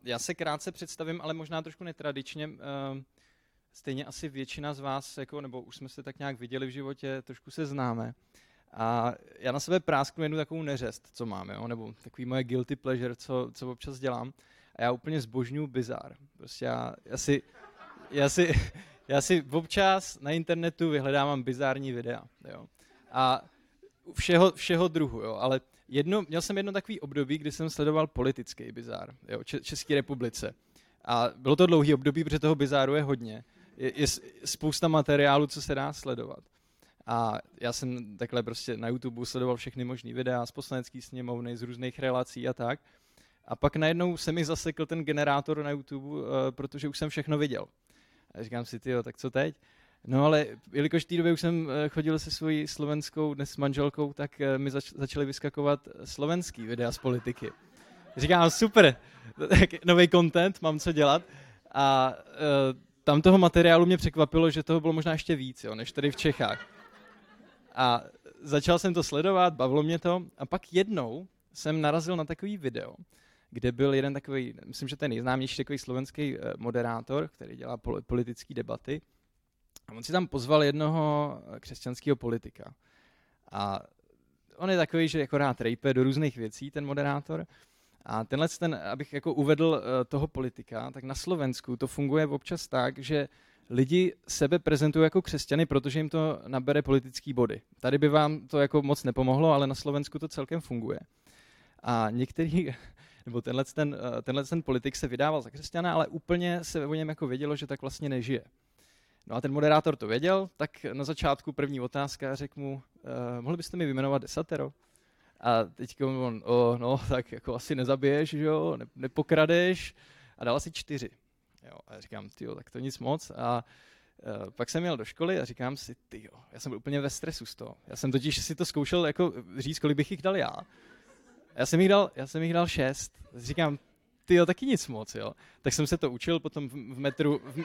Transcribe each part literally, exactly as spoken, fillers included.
já se krátce představím, ale možná trošku netradičně. Uh, stejně asi většina z vás, jako, nebo už jsme se tak nějak viděli v životě, trošku se známe. A já na sebe prásknu jednu takovou neřest, co mám, jo? Nebo takový moje guilty pleasure, co, co občas dělám. A já úplně zbožňuju bizár. Prostě já, já, si, já, si, já si občas na internetu vyhledávám bizární videa. Jo? A všeho, všeho druhu, jo? Ale jedno, měl jsem jedno takový období, kdy jsem sledoval politický bizár, jo? Č- České republice. A bylo to dlouhý období, protože toho bizáru je hodně. Je, je spousta materiálu, co se dá sledovat. A já jsem takhle prostě na YouTube sledoval všechny možný videa z poslanecké sněmovny, z různých relací a tak. A pak najednou se mi zasekl ten generátor na YouTube, uh, protože už jsem všechno viděl. A říkám si, tyjo, tak co teď? No ale jelikož v té době už jsem chodil se svojí slovenskou, dnes manželkou, tak uh, mi zač- začaly vyskakovat slovenský videa z politiky. Říkám, super, nový content, mám co dělat. A uh, tam toho materiálu mě překvapilo, že toho bylo možná ještě víc, jo, než tady v Čechách. A začal jsem to sledovat, bavilo mě to. A pak jednou jsem narazil na takový video, kde byl jeden takový, myslím, že ten nejznámější takový slovenský moderátor, který dělá politické debaty. A on si tam pozval jednoho křesťanského politika. A on je takový, že jako rád rejpe do různých věcí, ten moderátor. A tenhle, ten, abych jako uvedl toho politika, tak na Slovensku to funguje občas tak, že lidi sebe prezentují jako křesťany, protože jim to nabere politický body. Tady by vám to jako moc nepomohlo, ale na Slovensku to celkem funguje. A některý, nebo tenhle ten, tenhle ten politik se vydával za křesťana, ale úplně se o něm jako vědělo, že tak vlastně nežije. No a ten moderátor to věděl, tak na začátku první otázka řekl mu, eh, mohli byste mi vyjmenovat desatero? A teď on, oh, no, tak jako asi nezabiješ, že jo, ne, nepokradeš, a dal asi čtyři. Jo, a říkám, tyjo, tak to nic moc. A uh, pak jsem jel do školy a říkám si, tyjo, já jsem byl úplně ve stresu z toho. Já jsem totiž si to zkoušel jako říct, kolik bych jich dal já. Já jsem jich dal, já jsem jich dal šest. Říkám, tyjo, taky nic moc, jo. Tak jsem se to učil potom v, v metru, v,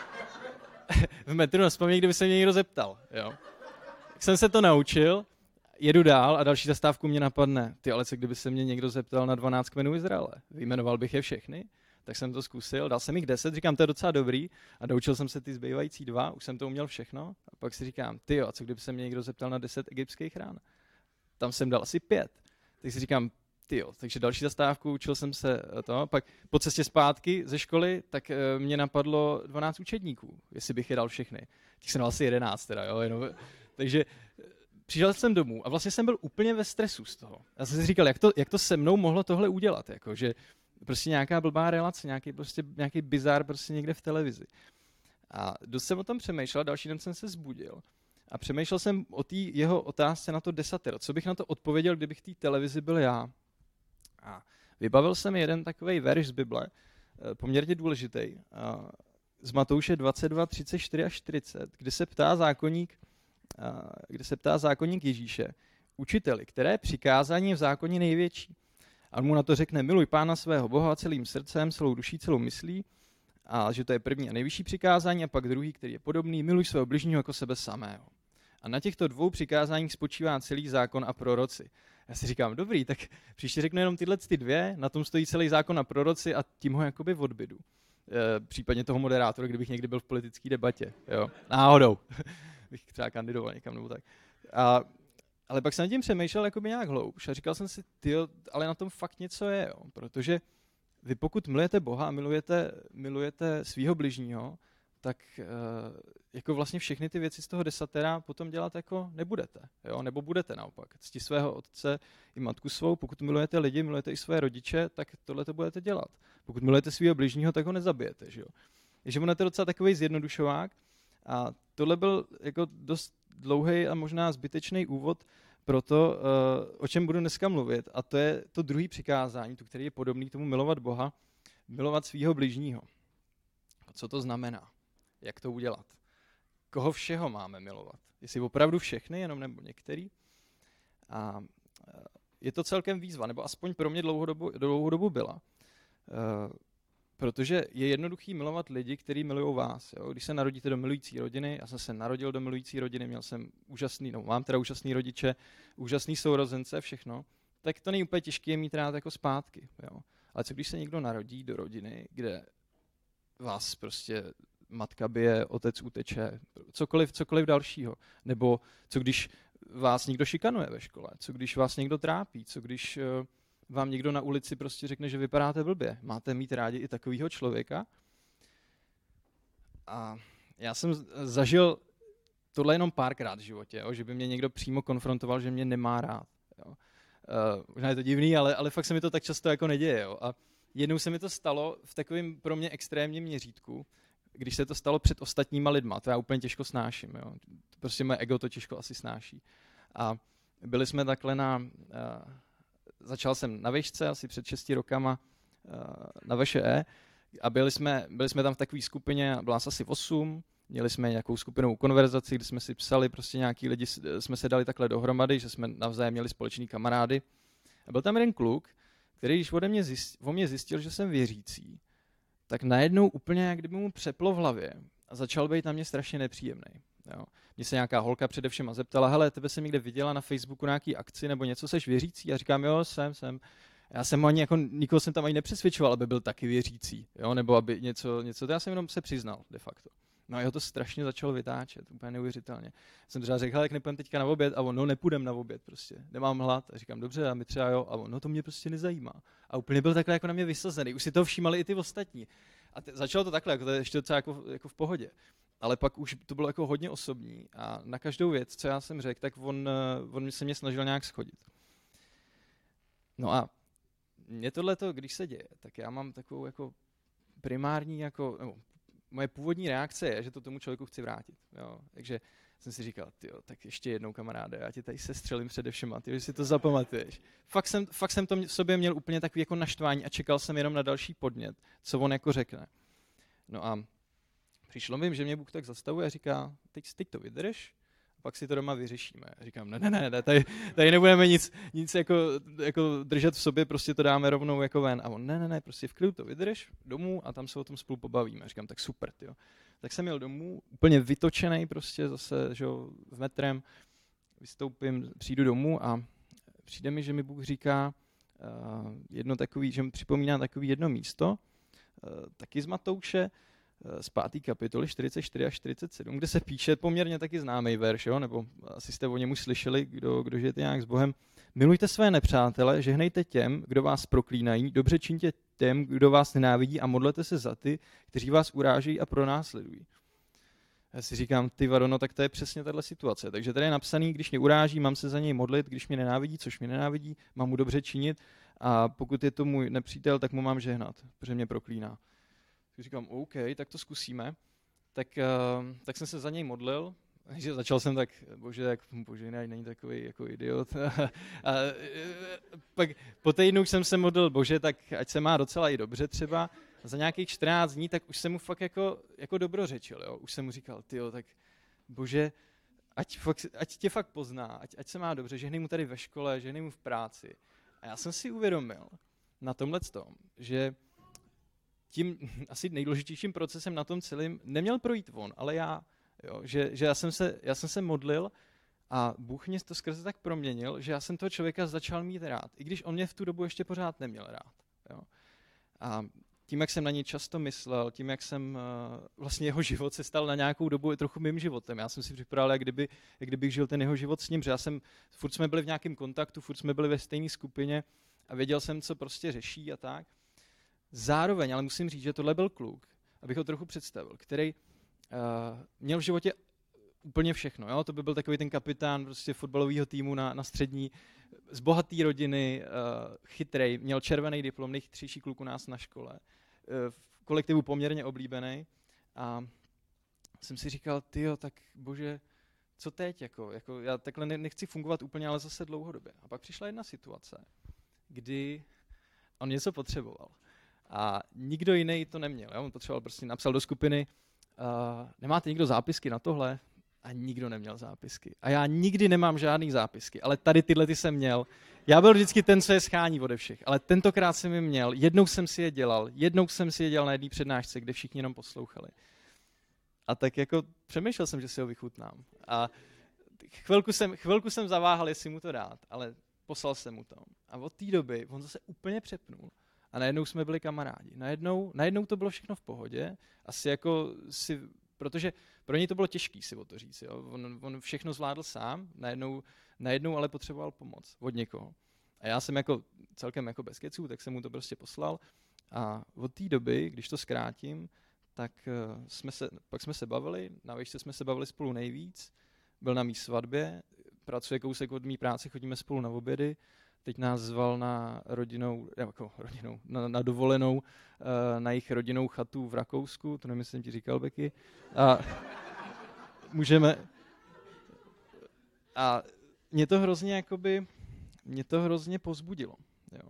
v metru na spaměť, kdyby se mě někdo zeptal, jo. Tak jsem se to naučil, jedu dál a další zastávku mě napadne, ty, ale co kdyby se mě někdo zeptal na dvanáct kmenů Izraele? Vyjmenoval bych je všechny? Tak jsem to zkusil, dal jsem jich deset, říkám, to je docela dobrý a doučil jsem se ty zbývající dva, už jsem to uměl všechno a pak si říkám, tyjo, a co kdyby se mě někdo zeptal na deset egyptských rán? Tam jsem dal asi pět. Tak si říkám, tyjo, takže další zastávku, učil jsem se to, pak po cestě zpátky ze školy, tak e, mě napadlo dvanáct učedníků, jestli bych je dal všechny. Těch jsem dal asi jedenáct teda, jo, jenom, takže přišel jsem domů a vlastně jsem byl úplně ve stresu z toho. Já jsem si říkal, jak to, jak to se mnou mohlo tohle udělat, jako, že prostě nějaká blbá relace, nějaký, prostě, nějaký bizár prostě někde v televizi. A dost jsem o tom přemýšlel, další den jsem se zbudil a přemýšlel jsem o té jeho otázce na to desatero. Co bych na to odpověděl, kdybych v té televizi byl já? A vybavil jsem jeden takovej verš z Bible, poměrně důležitý, z Matouše dvacet dva, třicet čtyři až čtyřicet, kde se ptá zákoník, kde se ptá zákoník Ježíše, učiteli, které přikázání v zákoně největší? A on mu na to řekne, miluj Pána svého Boha celým srdcem, celou duší, celou myslí, a že to je první a nejvyšší přikázání, a pak druhý, který je podobný, miluj svého bližního jako sebe samého. A na těchto dvou přikázáních spočívá celý zákon a proroci. Já si říkám, dobrý, tak příště řeknu jenom tyhle ty dvě, na tom stojí celý zákon a proroci a tím ho jakoby odbydu. E, případně toho moderátora, kdybych někdy byl v politické debatě. Jo? Náhodou. bych třeba kandidoval někam nebo tak. A ale pak jsem nad tím přemýšlel jakoby nějak hloubš a říkal jsem si, tyjo, ale na tom fakt něco je, jo. Protože vy pokud milujete Boha a milujete, milujete svýho bližního, tak uh, jako vlastně všechny ty věci z toho desatera potom dělat jako nebudete, jo, nebo budete naopak. Cti svého otce i matku svou, pokud milujete lidi, milujete i své rodiče, tak tohle to budete dělat. Pokud milujete svýho bližního, tak ho nezabijete, že jo. Takže on je to docela takový zjednodušovák a tohle byl jako dost dlouhý a možná zbytečný úvod pro to, o čem budu dneska mluvit, a to je to druhé přikázání, to, který je podobný tomu milovat Boha, milovat svýho bližního. Co to znamená? Jak to udělat? Koho všeho máme milovat? Jestli opravdu všechny, jenom nebo některý? A je to celkem výzva, nebo aspoň pro mě dlouhodobu, dlouhodobu byla. Protože je jednoduchý milovat lidi, kteří milují vás. Jo? Když se narodíte do milující rodiny, já jsem se narodil do milující rodiny, měl jsem úžasný, no mám teda úžasný rodiče, úžasný sourozence, všechno, tak to není úplně těžké je mít rád jako zpátky. Jo? Ale co když se někdo narodí do rodiny, kde vás prostě matka bije, otec uteče, cokoliv, cokoliv dalšího. Nebo co když vás někdo šikanuje ve škole, co když vás někdo trápí, co když uh, vám někdo na ulici prostě řekne, že vypadáte blbě. Máte mít rádi i takového člověka? A já jsem zažil tohle jenom párkrát v životě, jo, že by mě někdo přímo konfrontoval, že mě nemá rád. Jo. Uh, možná je to divný, ale, ale fakt se mi to tak často jako neděje. Jo. A jednou se mi to stalo v takovém pro mě extrémním měřítku, když se to stalo před ostatníma lidma. To já úplně těžko snáším. Jo. Prostě moje ego to těžko asi snáší. A byli jsme takhle na... Uh, začal jsem na výšce asi před šesti rokama uh, na V Š E a byli jsme, byli jsme tam v takové skupině, byla nás asi osm, měli jsme nějakou skupinovou konverzaci, kde jsme si psali, prostě nějaký lidi jsme se dali takhle dohromady, že jsme navzájem měli společný kamarády. A byl tam jeden kluk, který když ode mě zjistil, o mě zjistil, že jsem věřící, tak najednou úplně jak kdyby mu přeplo v hlavě a začal být na mě strašně nepříjemný. Jo. Mně se nějaká holka především a zeptala, hele, tebe jsem někde viděla na Facebooku na nějaký akci nebo něco, seš věřící? A říkám, jo, jsem, jsem. Já jsem ani jako, nikoho jsem tam ani nepřesvědčoval, aby byl taky věřící, jo, nebo aby něco, něco, to já jsem jenom se přiznal de facto. No a jeho to strašně začalo vytáčet, úplně neuvěřitelně. Jsem třeba řekl, jak nepůjdem teďka na oběd, a on, no nepůjdem na oběd prostě, nemám hlad. A říkám, dobře, a my třeba jo, a on, no to mě prostě nezajímá. A úplně byl takhle jako na mě vysazený, už si to všímali i ty ostatní. A te, začalo to takhle, jako to je ještě docela jako, jako v pohodě. Ale pak už to bylo jako hodně osobní a na každou věc, co já jsem řekl, tak on, on se mě snažil nějak schodit. No a mě tohleto, když se děje, tak já mám takovou jako primární, jako, nebo moje původní reakce je, že to tomu člověku chci vrátit. Jo. Takže jsem si říkal, tyjo, tak ještě jednou kamaráde, já ti tady sestřelím přede všema, tyjo, že si to zapamatuješ. Fakt jsem, fakt jsem to v sobě měl úplně takový jako naštvání a čekal jsem jenom na další podnět, co on jako řekne. No a přišlo mi, že mě Bůh tak zastavuje a říká, teď, teď to vydrž, a pak si to doma vyřešíme. A říkám, ne, ne, ne, ne tady, tady nebudeme nic, nic jako, jako držet v sobě, prostě to dáme rovnou jako ven. A on, ne, ne, ne, prostě v klidu to vydrž domů a tam se o tom spolu pobavíme. A říkám, tak super, tyjo. Tak jsem jel domů, úplně vytočený prostě zase, že jo, v metrem, vystoupím, přijdu domů a přijde mi, že mi Bůh říká uh, jedno takový, že mi připomíná takový jedno místo, uh, taky z Matouše, z páté kapitoly čtyřicet čtyři až čtyřicet sedm, kde se píše poměrně taky známý verš, jo? Nebo asi jste o něm už slyšeli, kdo, kdo žijete nějak s Bohem. Milujte své nepřátele, žehnejte těm, kdo vás proklínají, dobře čiňte těm, kdo vás nenávidí a modlete se za ty, kteří vás urážejí a pronásledují. Já si říkám, ty vado, no tak to je přesně tahle situace. Takže tady je napsaný, když mě uráží, mám se za něj modlit, když mě nenávidí, což mě nenávidí, mám mu dobře činit a pokud je to můj nepřítel, tak mu mám žehnat, protože mě proklíná. Tak říkám, OK, tak to zkusíme. Tak, uh, tak jsem se za něj modlil, že začal jsem tak, bože, jak, bože, ne, není takový jako idiot. A pak po týdnu už jsem se modlil, bože, tak ať se má docela i dobře třeba. A za nějakých čtrnáct dní, tak už jsem mu fakt jako, jako dobrořečil, jo. Už jsem mu říkal, tyjo, tak bože, ať, fakt, ať tě fakt pozná, ať, ať se má dobře, žehnej mu tady ve škole, žehnej mu v práci. A já jsem si uvědomil na tomhletom, že tím asi nejdůležitějším procesem na tom celém neměl projít on, ale já, jo, že, že já, jsem se, já jsem se modlil a Bůh mě to skrze tak proměnil, že já jsem toho člověka začal mít rád, i když on mě v tu dobu ještě pořád neměl rád. Jo. A tím, jak jsem na něj často myslel, tím, jak jsem uh, vlastně jeho život se stal na nějakou dobu trochu mým životem. Já jsem si připravil, jak, kdyby, jak kdybych žil ten jeho život s ním, že já jsem, furt jsme byli v nějakém kontaktu, furt jsme byli ve stejné skupině a věděl jsem, co prostě řeší a tak. Zároveň, ale musím říct, že tohle byl kluk, abych ho trochu představil, který uh, měl v životě úplně všechno. Jo? To by byl takový ten kapitán prostě fotbalového týmu na, na střední, z bohaté rodiny, uh, chytrej, měl červený diplom, nejchytřejší kluk u nás na škole, uh, v kolektivu poměrně oblíbený. A jsem si říkal, tyjo, tak bože, co teď? Jako, jako, já takhle nechci fungovat úplně, ale zase dlouhodobě. A pak přišla jedna situace, kdy on něco potřeboval. A nikdo jiný to neměl. Jo? On potřeboval prostě, napsal do skupiny, uh, nemáte nikdo zápisky na tohle? A nikdo neměl zápisky. A já nikdy nemám žádný zápisky, ale tady tyhle ty jsem měl. Já byl vždycky ten, co je schání ode všech, ale tentokrát jsem je měl. Jednou jsem si je dělal, jednou jsem si je dělal na jedné přednášce, kde všichni jenom poslouchali. A tak jako přemýšlel jsem, že si ho vychutnám. A chvilku jsem, chvilku jsem zaváhal, jestli mu to dát, ale poslal jsem mu to. A od té doby on zase úplně přepnul. a najednou jsme byli kamarádi. Najednou, najednou to bylo všechno v pohodě, asi jako si, protože pro něj to bylo těžký si o to říct. Jo? On, on všechno zvládl sám, najednou, najednou ale potřeboval pomoc od někoho. A já jsem jako celkem jako bez keců, tak jsem mu to prostě poslal. A od té doby, když to zkrátím, tak uh, jsme se, pak jsme se bavili, na výšce jsme se bavili spolu nejvíc, byl na mý svatbě, pracuje kousek od mý práce, chodíme spolu na obědy, teď nás zval na rodinou, jako rodinou, na, na dovolenou, uh, na jejich rodinnou chatu v Rakousku, to nevím, jsem ti říkal, Beky. A můžeme... A mě to hrozně, jakoby, mě to hrozně povzbudilo. Jo.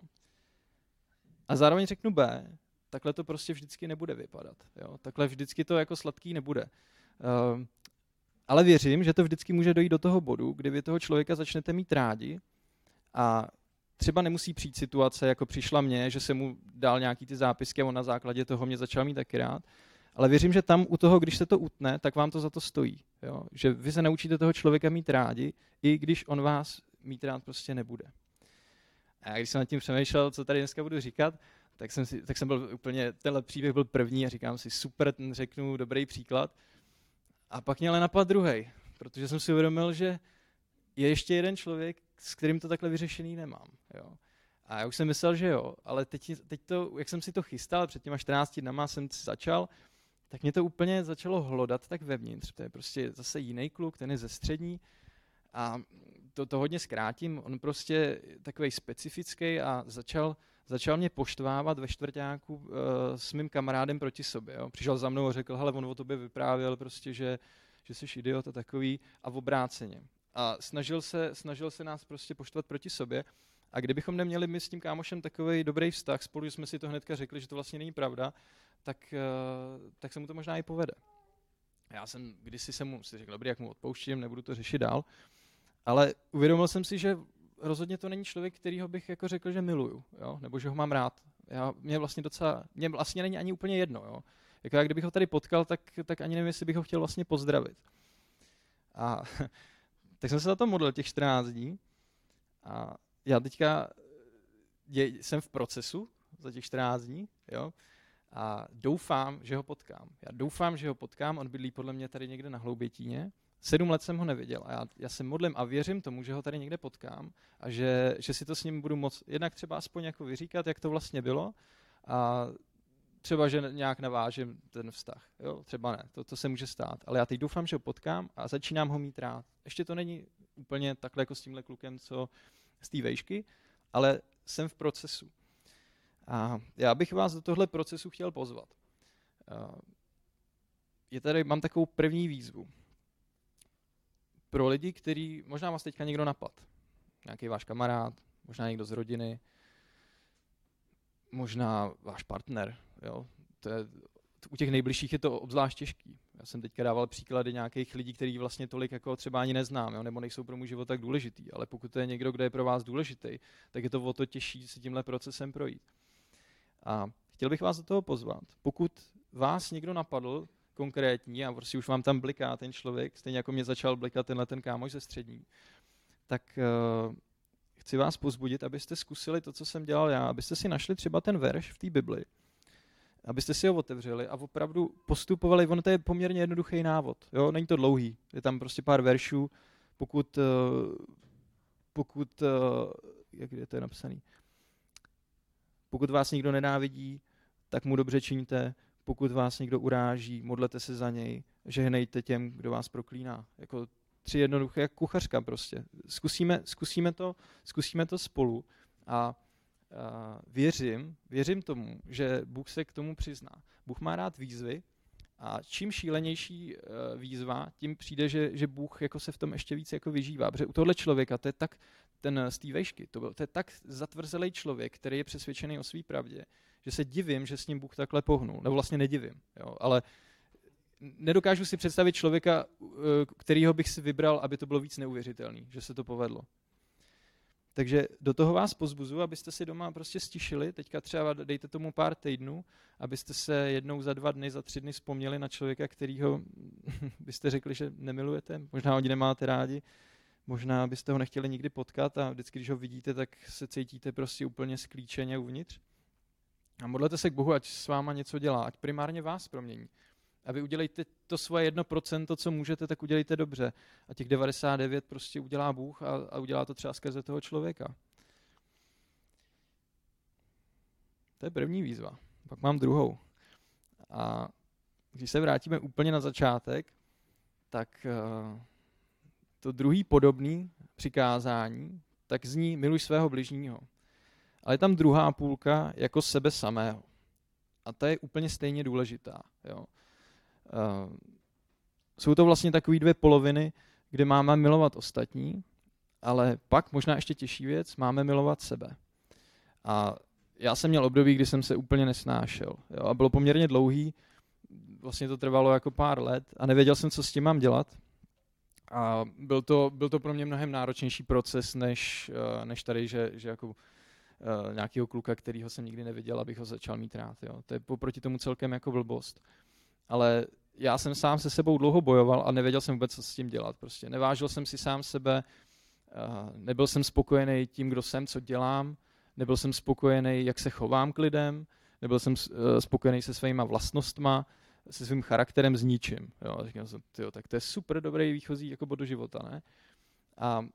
A zároveň řeknu B, takhle to prostě vždycky nebude vypadat. Jo. Takhle vždycky to jako sladký nebude. Uh, ale věřím, že to vždycky může dojít do toho bodu, kdy vy toho člověka začnete mít rádi a třeba nemusí přijít situace, jako přišla mně, že jsem mu dal nějaký ty zápisky a on na základě toho mě začal mít taky rád. Ale věřím, že tam u toho, když se to utne, tak vám to za to stojí. Jo. Že vy se naučíte toho člověka mít rádi, i když on vás mít rád prostě nebude. A já když jsem nad tím přemýšlel, co tady dneska budu říkat, tak jsem, si, tak jsem byl úplně, tenhle příběh byl první a říkám si, super, ten řeknu, dobrý příklad. A pak mě ale napadl druhej, protože jsem si uvědomil, že je ještě jeden člověk, s kterým to takhle vyřešený nemám. Jo. A já už jsem myslel, že jo, ale teď, teď to, jak jsem si to chystal, před těma čtrnácti dnama jsem začal, tak mě to úplně začalo hlodat tak vevnitř. To je prostě zase jiný kluk, ten je ze střední a to, to hodně zkrátím, on prostě takovej specifický a začal, začal mě poštvávat ve čtvrťáku uh, s mým kamarádem proti sobě. Jo. Přišel za mnou a řekl, hele, on o tobě vyprávěl prostě, že, že jsi idiot a takový a v obráceně. A snažil se, snažil se nás prostě poštvat proti sobě a kdybychom neměli my s tím kámošem takovej dobrý vztah, spolu jsme si to hnedka řekli, že to vlastně není pravda, tak, uh, tak se mu to možná i povede. Já jsem kdysi jsem mu si řekl, dobrý, jak mu odpouštím, nebudu to řešit dál, ale uvědomil jsem si, že rozhodně to není člověk, kterýho bych jako řekl, že miluju, jo? Nebo že ho mám rád. Já, mě vlastně docela, mě vlastně není ani úplně jedno. Jo? Jako já, kdybych ho tady potkal, tak, tak ani nevím, jestli bych ho chtěl vlastně pozdravit. A tak jsem se za to modlil těch čtrnáct dní a já teďka je, jsem v procesu za těch čtrnáct dní, jo? A doufám, že ho potkám. Já doufám, že ho potkám, on bydlí podle mě tady někde na Hloubětíně. Sedm let jsem ho neviděl a já, já se modlím a věřím tomu, že ho tady někde potkám a že, že si to s ním budu moct jednak třeba aspoň jako vyříkat, jak to vlastně bylo a třeba, že nějak navážím ten vztah. Jo? Třeba ne, to, to se může stát. Ale já teď doufám, že ho potkám a začínám ho mít rád. Ještě to není úplně takhle jako s tímhle klukem, co z té vejšky, ale jsem v procesu. A já bych vás do tohle procesu chtěl pozvat. Je tady, mám takovou první výzvu. Pro lidi, který, možná vás teďka někdo napad. Nějaký váš kamarád, možná někdo z rodiny, možná váš partner. Jo? To je, u těch nejbližších je to obzvlášť těžký. Já jsem teďka dával příklady nějakých lidí, který vlastně tolik jako třeba ani neznám, jo? Nebo nejsou pro můj život tak důležitý. Ale pokud to je někdo, kdo je pro vás důležitý, tak je to o to těžší si tímhle procesem projít. A chtěl bych vás do toho pozvat. Pokud vás někdo napadl, konkrétní, a prostě už vám tam bliká ten člověk, stejně jako mě začal blikat tenhle ten kámoš ze střední, tak uh, chci vás pozbudit, abyste zkusili to, co jsem dělal já, abyste si našli třeba ten verš v té Bibli, abyste si ho otevřeli a opravdu postupovali, ono to je poměrně jednoduchý návod, jo? Není to dlouhý, je tam prostě pár veršů, pokud, uh, pokud uh, jak je to je napsaný, pokud vás někdo nenávidí, tak mu dobře čiňte, pokud vás někdo uráží, modlete se za něj, žehnejte těm, kdo vás proklíná. Jako tři jednoduché, jak kuchařka prostě. Zkusíme, zkusíme, to, zkusíme to spolu a, a věřím, věřím tomu, že Bůh se k tomu přizná. Bůh má rád výzvy a čím šílenější výzva, tím přijde, že, že Bůh jako se v tom ještě víc jako vyžívá. Protože u tohle člověka, to je tak, ten z té vejšky, to, byl, to je tak zatvrzelý člověk, který je přesvědčený o své pravdě, že se divím, že s ním Bůh takhle pohnul. Nebo vlastně nedivím, jo, ale nedokážu si představit člověka, kterýho bych si vybral, aby to bylo víc neuvěřitelný, že se to povedlo. Takže do toho vás pozbuzuji, abyste si doma prostě stišili, teďka třeba dejte tomu pár týdnů, abyste se jednou za dva dny, za tři dny vzpomněli na člověka, kterýho byste řekli, že nemilujete, možná ho nemáte rádi, možná byste ho nechtěli nikdy potkat a vždycky, když ho vidíte, tak se cítíte prostě úplně sklíčeně uvnitř. A modlete se k Bohu, ať s váma něco dělá, ať primárně vás promění. A vy udělejte to svoje jedno procento, co můžete, tak udělejte dobře. A těch devadesát devět prostě udělá Bůh a, a udělá to třeba skrze toho člověka. To je první výzva. Pak mám druhou. A když se vrátíme úplně na začátek, tak uh, to druhý podobný přikázání, tak zní miluj svého bližního. Ale je tam druhá půlka jako sebe samého. A ta je úplně stejně důležitá. Jo. Uh, jsou to vlastně takové dvě poloviny, kde máme milovat ostatní, ale pak možná ještě těžší věc, máme milovat sebe. A já jsem měl období, kdy jsem se úplně nesnášel. Jo, a bylo poměrně dlouhý, vlastně to trvalo jako pár let a nevěděl jsem, co s tím mám dělat. A byl to, byl to pro mě mnohem náročnější proces, než, než tady, že, že jako uh, nějakého kluka, kterýho jsem nikdy neviděl, abych ho začal mít rád. Jo. To je poproti tomu celkem jako blbost. Ale já jsem sám se sebou dlouho bojoval a nevěděl jsem vůbec, co s tím dělat. Prostě nevážil jsem si sám sebe, uh, nebyl jsem spokojený tím, kdo jsem, co dělám, nebyl jsem spokojený, jak se chovám k lidem, nebyl jsem uh, spokojený se svýma vlastnostma, se svým charakterem, s ničím. Jo. A říkám jsem, tyjo, tak to je super dobrý výchozí jako bod do života, ne? A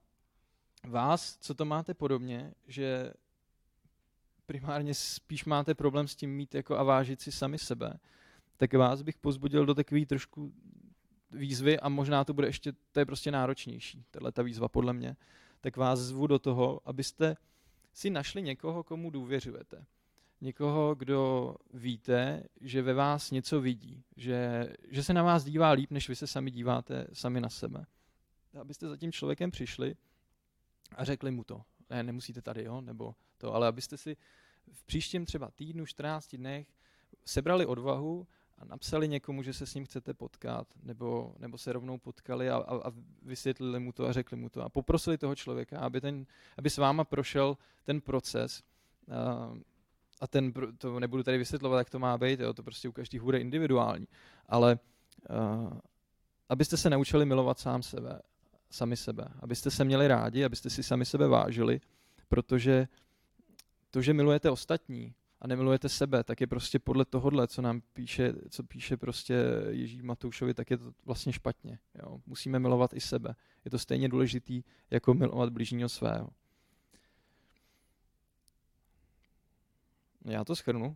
vás, co to máte podobně, že primárně spíš máte problém s tím mít jako a vážit si sami sebe, tak vás bych pozbudil do takové trošku výzvy a možná to bude ještě, to je prostě náročnější, tahle ta výzva podle mě, tak vás zvu do toho, abyste si našli někoho, komu důvěřujete. Někoho, kdo víte, že ve vás něco vidí, že, že se na vás dívá líp, než vy se sami díváte sami na sebe. Abyste za tím člověkem přišli a řekli mu to. Ne, nemusíte tady, jo, nebo to, ale abyste si v příštím třeba týdnu, čtrnácti dnech sebrali odvahu a napsali někomu, že se s ním chcete potkat, nebo, nebo se rovnou potkali a, a, a vysvětlili mu to a řekli mu to a poprosili toho člověka, aby, ten, aby s váma prošel ten proces. Uh, a ten, to nebudu tady vysvětlovat, jak to má být, jo, to prostě u každého bude individuální, ale uh, abyste se naučili milovat sám sebe, sami sebe, abyste se měli rádi, abyste si sami sebe vážili, protože to, že milujete ostatní a nemilujete sebe, tak je prostě podle tohohle, co nám píše, co píše prostě Ježíš Matoušovi, tak je to vlastně špatně. Jo. Musíme milovat i sebe. Je to stejně důležitý, jako milovat bližního svého. Já to shrnu.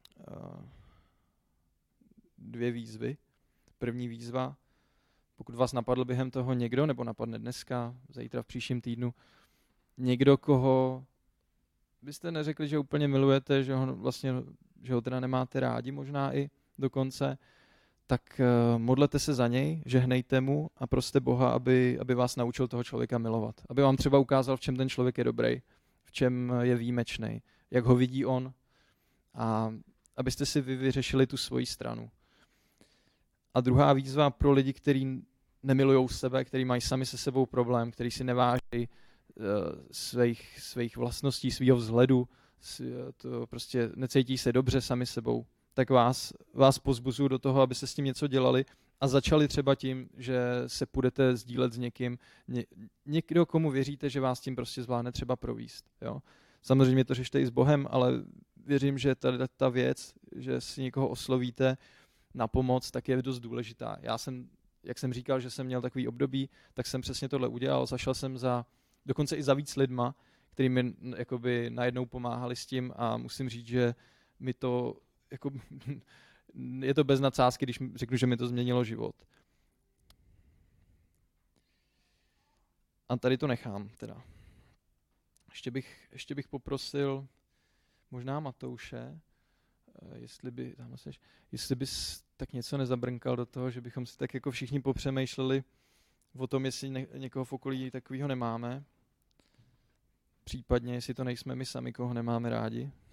Dvě výzvy. První výzva, pokud vás napadl během toho někdo, nebo napadne dneska, zítra v příštím týdnu, někdo, koho byste neřekli, že úplně milujete, že ho vlastně, že ho teda nemáte rádi možná i dokonce, tak modlete se za něj, žehnejte mu a proste Boha, aby, aby vás naučil toho člověka milovat. Aby vám třeba ukázal, v čem ten člověk je dobrý, v čem je výjimečný, jak ho vidí on, a abyste si vy vyřešili tu svoji stranu. A druhá výzva pro lidi, kteří nemilujou sebe, kteří mají sami se sebou problém, kteří si neváží uh, svých, svých vlastností, svýho vzhledu, to prostě necítí se dobře sami sebou, tak vás, vás pozbuzuju do toho, aby se s tím něco dělali a začali třeba tím, že se půjdete sdílet s někým, ně, někdo, komu věříte, že vás tím prostě zvládne třeba províst. Jo? Samozřejmě to řešte i s Bohem, ale věřím, že ta, ta věc, že si někoho oslovíte na pomoc, tak je dost důležitá. Já jsem, jak jsem říkal, že jsem měl takový období, tak jsem přesně tohle udělal. Zašel jsem za, dokonce i za víc lidma, kteří mi jakoby najednou pomáhali s tím a musím říct, že mi to, jako, je to bez nadsázky, když řeknu, že mi to změnilo život. A tady to nechám teda. Ještě bych, ještě bych poprosil možná Matouše, jestli by, tam seš, jestli bys tak něco nezabrnkal do toho, že bychom si tak jako všichni popřemýšleli o tom, jestli ně, někoho v okolí takového nemáme. Případně, jestli to nejsme my sami, koho nemáme rádi.